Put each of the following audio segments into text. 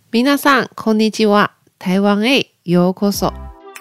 皆さん、こんにちは。台湾へようこそ。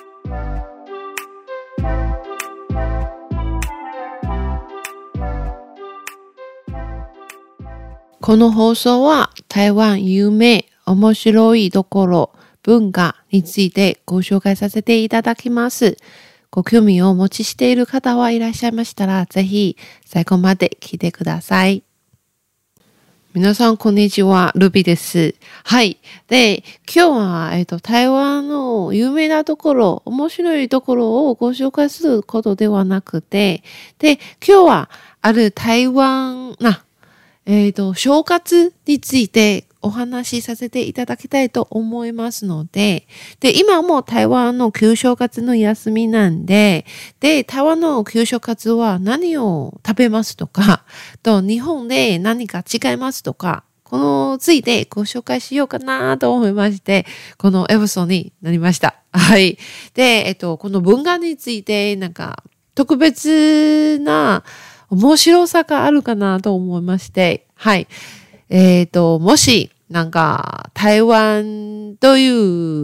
この放送は台湾有名、面白いところ、文化についてご紹介させていただきます。ご興味をお持ちしている方はいらっしゃいましたら、ぜひ最後まで聞いてください。皆さん、こんにちは。ルビです。はい。で、今日は、台湾の有名なところ、面白いところをご紹介することではなくて、で、今日は、ある台湾正月についてお話しさせていただきたいと思いますので、で、今も台湾の旧正月の休みなんで、で、台湾の旧正月は何を食べますとか、と日本で何か違いますとか、このついてご紹介しようかなと思いまして、このエピソードになりました。はい。で、この文化について特別な面白さがあるかなと思いまして、はい。もし、台湾という、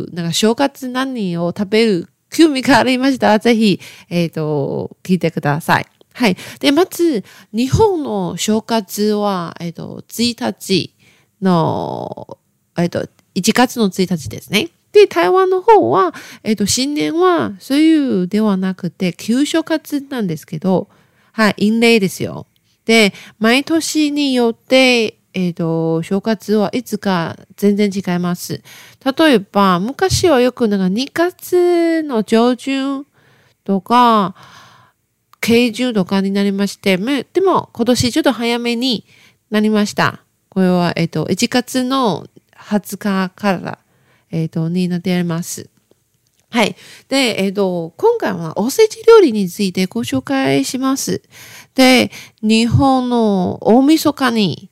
正月何を食べる興味がありましたら、ぜひ、聞いてください。はい。で、まず、日本の正月は、1日の、1月の1日ですね。で、台湾の方は、新年は、そういうではなくて、旧正月なんですけど、はい、陰暦ですよ。で、毎年によって、正月はいつか全然違います。例えば、昔はよく2月の上旬とか、下旬とかになりまして、でも今年ちょっと早めになりました。これは、1月の20日から、になっております。はい。で、今回はおせち料理についてご紹介します。で、日本の大晦日に、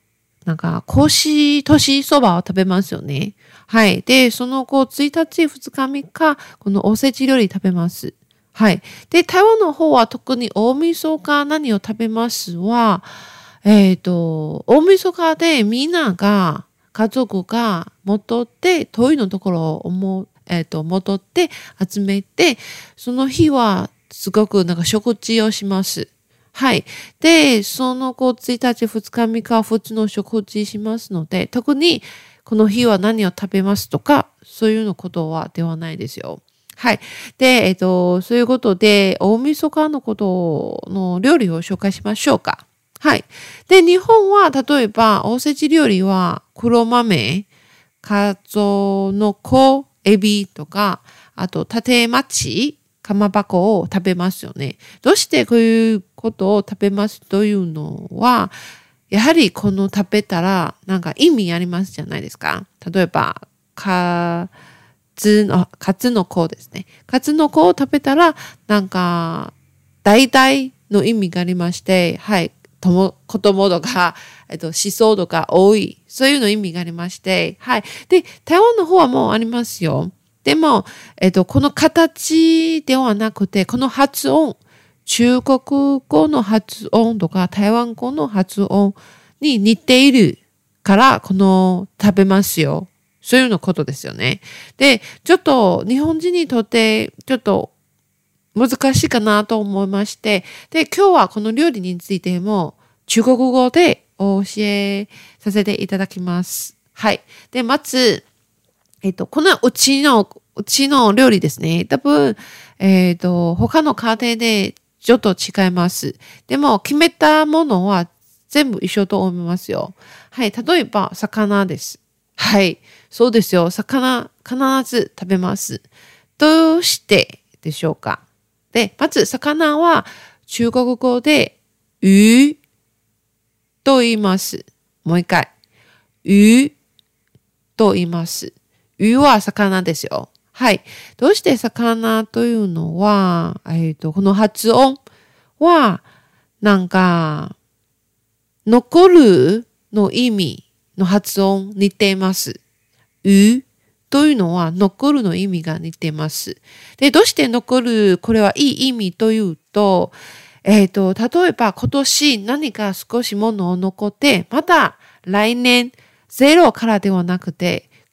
年そばを食べますよね。はい。で、その後、1日、2日、3日、このおせち料理食べます。はい。で、台湾の方は特に大晦日何を食べますは、大晦日でみんなが、家族が戻って、遠いのところを戻って集めて、その日はすごく食事をします。はい。で、その後1日、2日、3日は普通の食事しますので、特にこの日は何を食べますとか、そういうのことはではないですよ。はい。で、そういうことで、大晦日のことの料理を紹介しましょうか。はい。で、日本は例えば、おせち料理は黒豆、かつおのこ、エビとか、あと、縦町、かまばこを食べますよね。どうしてこういうことを食べますというのは、やはりこの食べたら意味ありますじゃないですか。例えば、かつのこですね。かつのこを食べたら、大々の意味がありまして、はい、子供とか、思想とか多い。そういうの意味がありまして、はい。で、台湾の方はもうありますよ。でも、この形ではなくて、この発音、中国語の発音とか台湾語の発音に似ているから、食べますよ。そういうのことですよね。で、ちょっと日本人にとってちょっと難しいかなと思いまして、で、今日はこの料理についても中国語でお教えさせていただきます。はい。で、まず、このうちの料理ですね。多分、他の家庭でちょっと違います。でも、決めたものは全部一緒と思いますよ。はい。例えば、魚です。はい。そうですよ。魚、必ず食べます。どうしてでしょうか。で、まず、魚は中国語で、魚と言います。もう一回。魚と言います。魚は魚ですよ。はい。どうして魚というのは、この発音は、残るの意味の発音似ています。というのは残るの意味が似ています。で、どうして残る、これはいい意味というと、例えば今年何か少しものを残って、また来年ゼロからではなくて、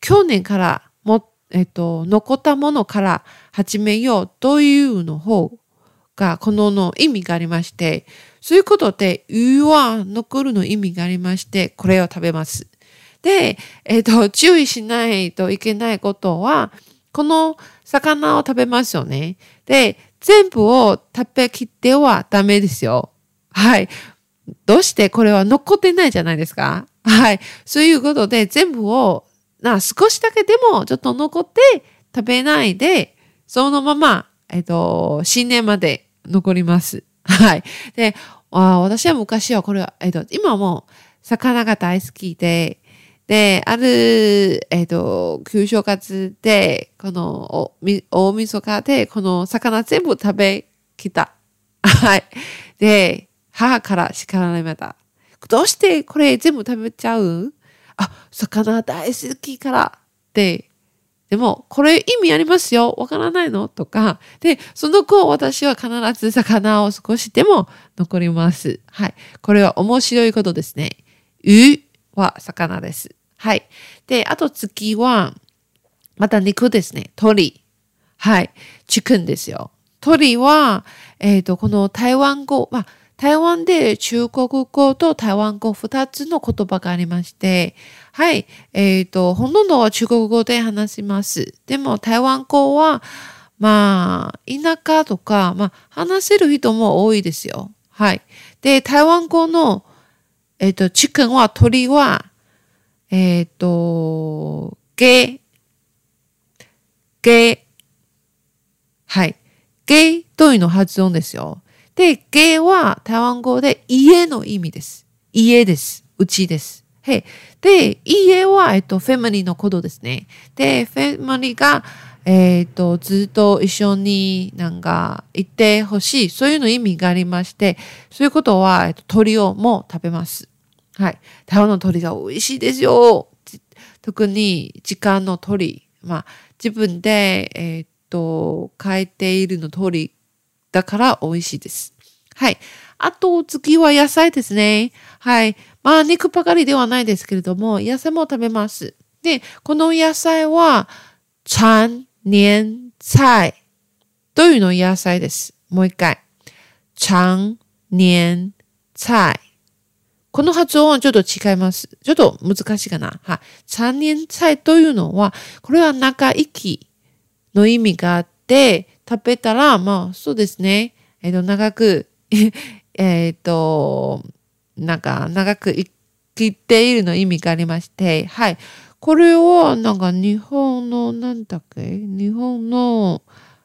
去年から残ったものから始めようというの方が、この意味がありまして、そういうことで、は残るの意味がありまして、これを食べます。で、注意しないといけないことは、この魚を食べますよね。で、全部を食べきってはダメですよ。はい。どうしてこれは残ってないじゃないですか。はい。そういうことで、全部を少しだけでもちょっと残って食べないで、そのまま、新年まで残ります。はい。で、私は昔はこれは、今も魚が大好きで、で、ある、旧正月で、この大晦日で、この魚全部食べきた。はい。で、母から叱られました。どうしてこれ全部食べちゃう？魚大好きからって。でも、これ意味ありますよ。わからないのとか。で、その後、私は必ず魚を少しでも残ります。はい。これは面白いことですね。は魚です。はい。で、あと次は、また肉ですね。鶏。はい。チキンですよ。鶏は、この台湾語、台湾で中国語と台湾語2つの言葉がありまして、はい。ほとんどは中国語で話します。でも台湾語は、田舎とか、話せる人も多いですよ。はい。で、台湾語の、チキンは、鶏は、はい。ゲというの発音ですよ。で、ゲは台湾語で家の意味です。家です。うちです。で、家は、フェミリーのことですね。で、フェミリーが、ずっと一緒にいてほしい。そういうの意味がありまして、そういうことは、鶏をも食べます。はい。台湾の鶏が美味しいですよ。特に時間の鶏。自分で、変えているの鶏だから美味しいです。はい。あと、次は野菜ですね。はい。肉ばかりではないですけれども、野菜も食べます。で、この野菜は、常年菜というの野菜です。もう一回。常年菜。この発音はちょっと違います。ちょっと難しいかな。はい。常年菜というのは、これは長生きの意味があって、食べたら、そうですね。長く、長く生きているの意味がありまして、はい。これは、日本の、日本の、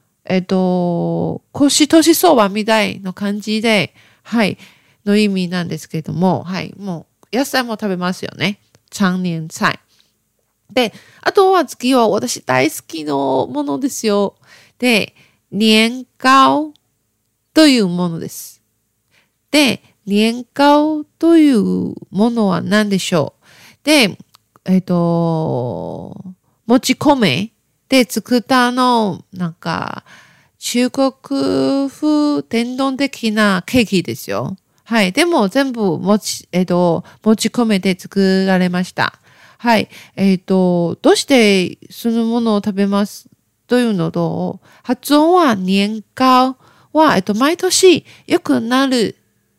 年相場みたいな感じで、はい。の意味なんですけれども、はい。もう、野菜も食べますよね。常年菜。で、あとは次は私大好きのものですよ。で、年糕というものです。で、年糕というものは何でしょう。で、もち米で作った中国風伝統的なケーキですよ。はい。でも全部もち米で作られました。はい。どうしてそのものを食べますというのと、発音は年糕は、毎年良くなる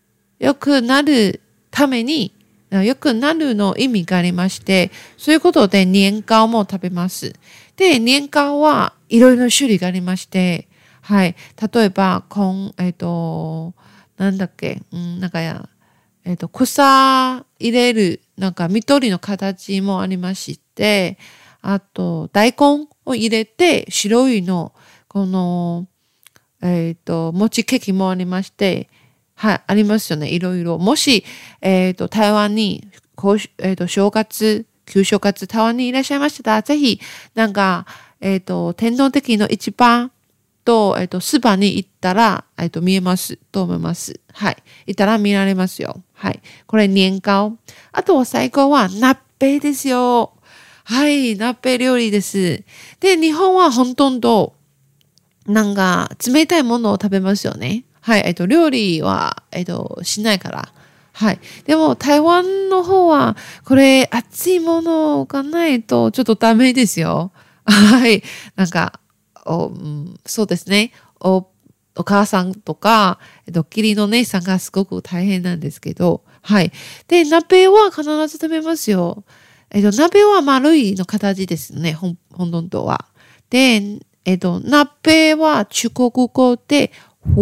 ために、良くなるの意味がありまして、そういうことで年糕も食べます。で、年糕はいろいろな種類がありまして、はい。例えば、草入れる、緑の形もありまして、あと、大根を入れて、白いの、餅ケーキもありまして、はい、ありますよね。いろいろ。もし、台湾に、正月、旧正月、台湾にいらっしゃいましたら、ぜひ、天皇的の市場と、スーパーに行ったら、見えますと思います。はい。行ったら見られますよ。はい。これ、年糕。あと、最後は、ナッペですよ。はい。ナッペ料理です。で、日本はほとんど、冷たいものを食べますよね。はい。料理は、しないから。 はい。でも台湾の方は、これ熱いものがないとちょっとダメですよ。はい。なんか、そうですね。お母さんとか、義理の姉さんがすごく大変なんですけど、はい。で、鍋は必ず食べますよ。鍋は丸いの形ですね、本当は。で、鍋は中国語で、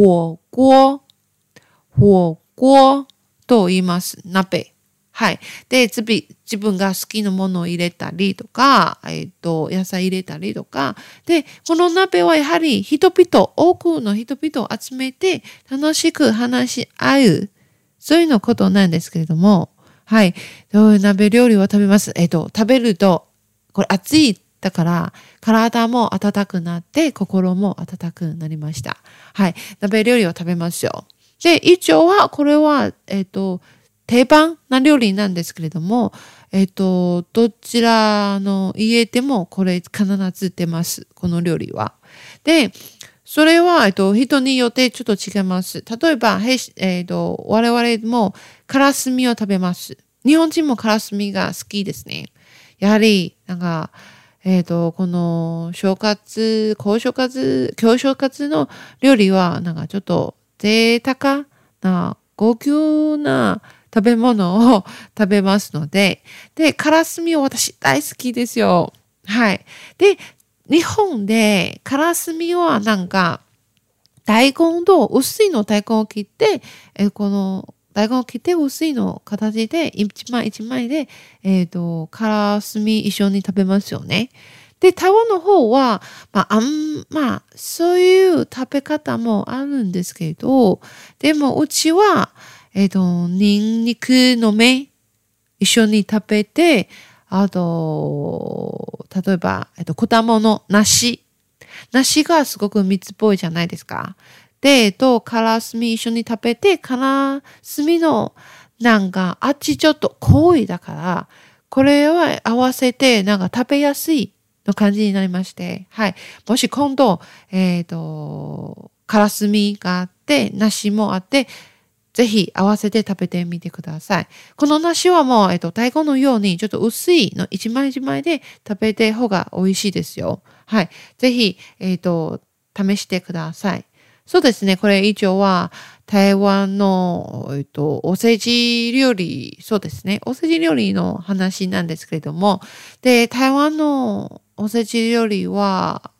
火锅と言います。鍋。はい。で、自分が好きなものを入れたりとか、野菜入れたりとか。で、この鍋はやはり多くの人々を集めて楽しく話し合う。そういうのことなんですけれども、はい。そういう鍋料理を食べます。食べると、これ熱いだから、体も温くなって、心も温くなりました。はい。鍋料理を食べますよ。で、一応は、これは、定番な料理なんですけれども、どちらの家でもこれ必ず出ます。この料理は。で、それは、人によってちょっと違います。例えば、我々もカラスミを食べます。日本人もカラスミが好きですね。やはり、なんか、この高正月の料理は、なんかちょっと贅沢な、高級な食べ物を食べますので、で、カラスミを私大好きですよ。はい。で、日本でカラスミはなんか、薄いの大根を切って、この大根を切って薄いの形で、一枚一枚で、カラスミ一緒に食べますよね。で、台湾の方は、そういう食べ方もあるんですけど、でもうちは、ニンニクの芽一緒に食べて、あと、例えば、果物、梨がすごく蜜っぽいじゃないですか。で、カラスミ一緒に食べて、カラスミのなんか味ちょっと濃いだから、これは合わせてなんか食べやすいの感じになりまして、はい。もし今度、カラスミがあって、梨もあって、ぜひ合わせて食べてみてください。この梨はもう、大根のようにちょっと薄いの一枚一枚で食べて方が美味しいですよ。はい。ぜひ、試してください。そうですね。これ以上は台湾の、おせち料理、そうですね。おせち料理の話なんですけれども、で、台湾のおせち料理は、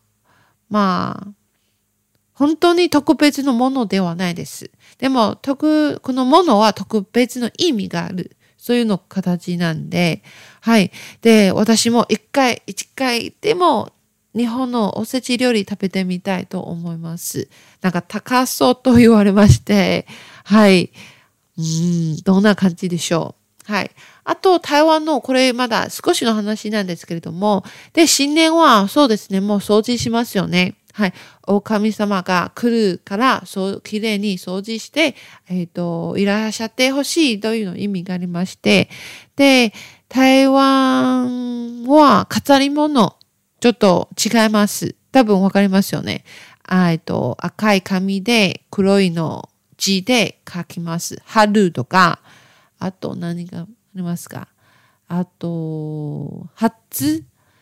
本当に特別のものではないです。でも、このものは特別の意味がある。そういうの形なんで、はい。で、私も一回でも日本のおせち料理食べてみたいと思います。なんか高そうと言われまして、はい。どんな感じでしょう。はい。あと、台湾の、これまだ少しの話なんですけれども、で、新年はそうですね、もう掃除しますよね。はい。お神様が来るから、きれいに掃除して、いらっしゃってほしいというの意味がありまして、で、台湾は飾り物、ちょっと違います。多分わかりますよね。赤い紙で黒いの字で書きます。春とか、あと何がありますか？あと、初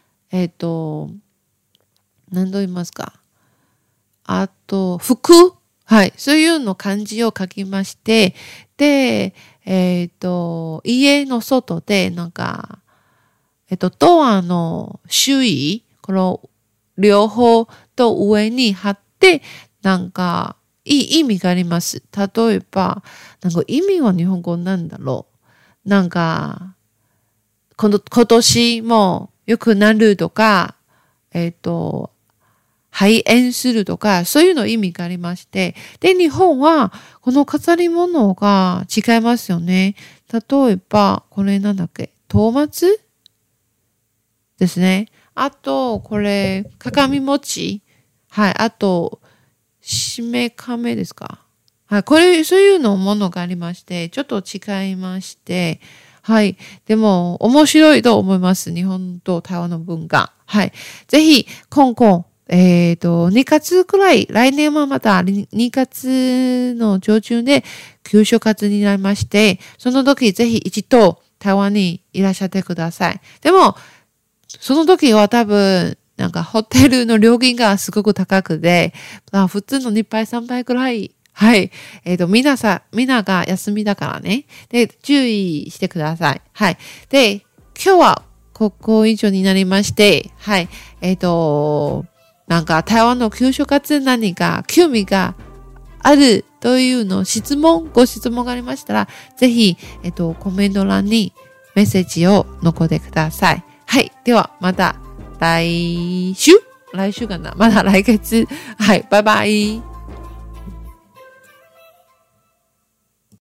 何度言いますか？あと、服。はい。そういうの漢字を書きまして、で、家の外で、なんか、ドアの周囲、この両方と上に貼って、なんか、いい意味があります。例えば、なんか意味は日本語なんだろう。なんか、今年も良くなるとか、肺炎するとか、そういうの意味がありまして。で、日本は、この飾り物が違いますよね。例えば、これなんだっけ、トーマツですね。あと、これ、鏡餅。はい。あと、しめ亀ですか？はい。そういうのものがありまして、ちょっと違いまして、はい。でも、面白いと思います。日本と台湾の文化。はい。ぜひ、今後、 2月くらい、来年はまた2月の上旬で旧正月になりまして、その時ぜひ一度台湾にいらっしゃってください。でも、その時は多分、なんかホテルの料金がすごく高くて、普通の2杯3杯くらい、はい。みんなが休みだからね。で、注意してください。はい。で、今日はここ以上になりまして、はい。なんか台湾の旧正月何か興味があるというのご質問がありましたら、ぜひ、コメント欄にメッセージを残ってください。はい。では、また来週かなまだ来月。はい。バイバイ。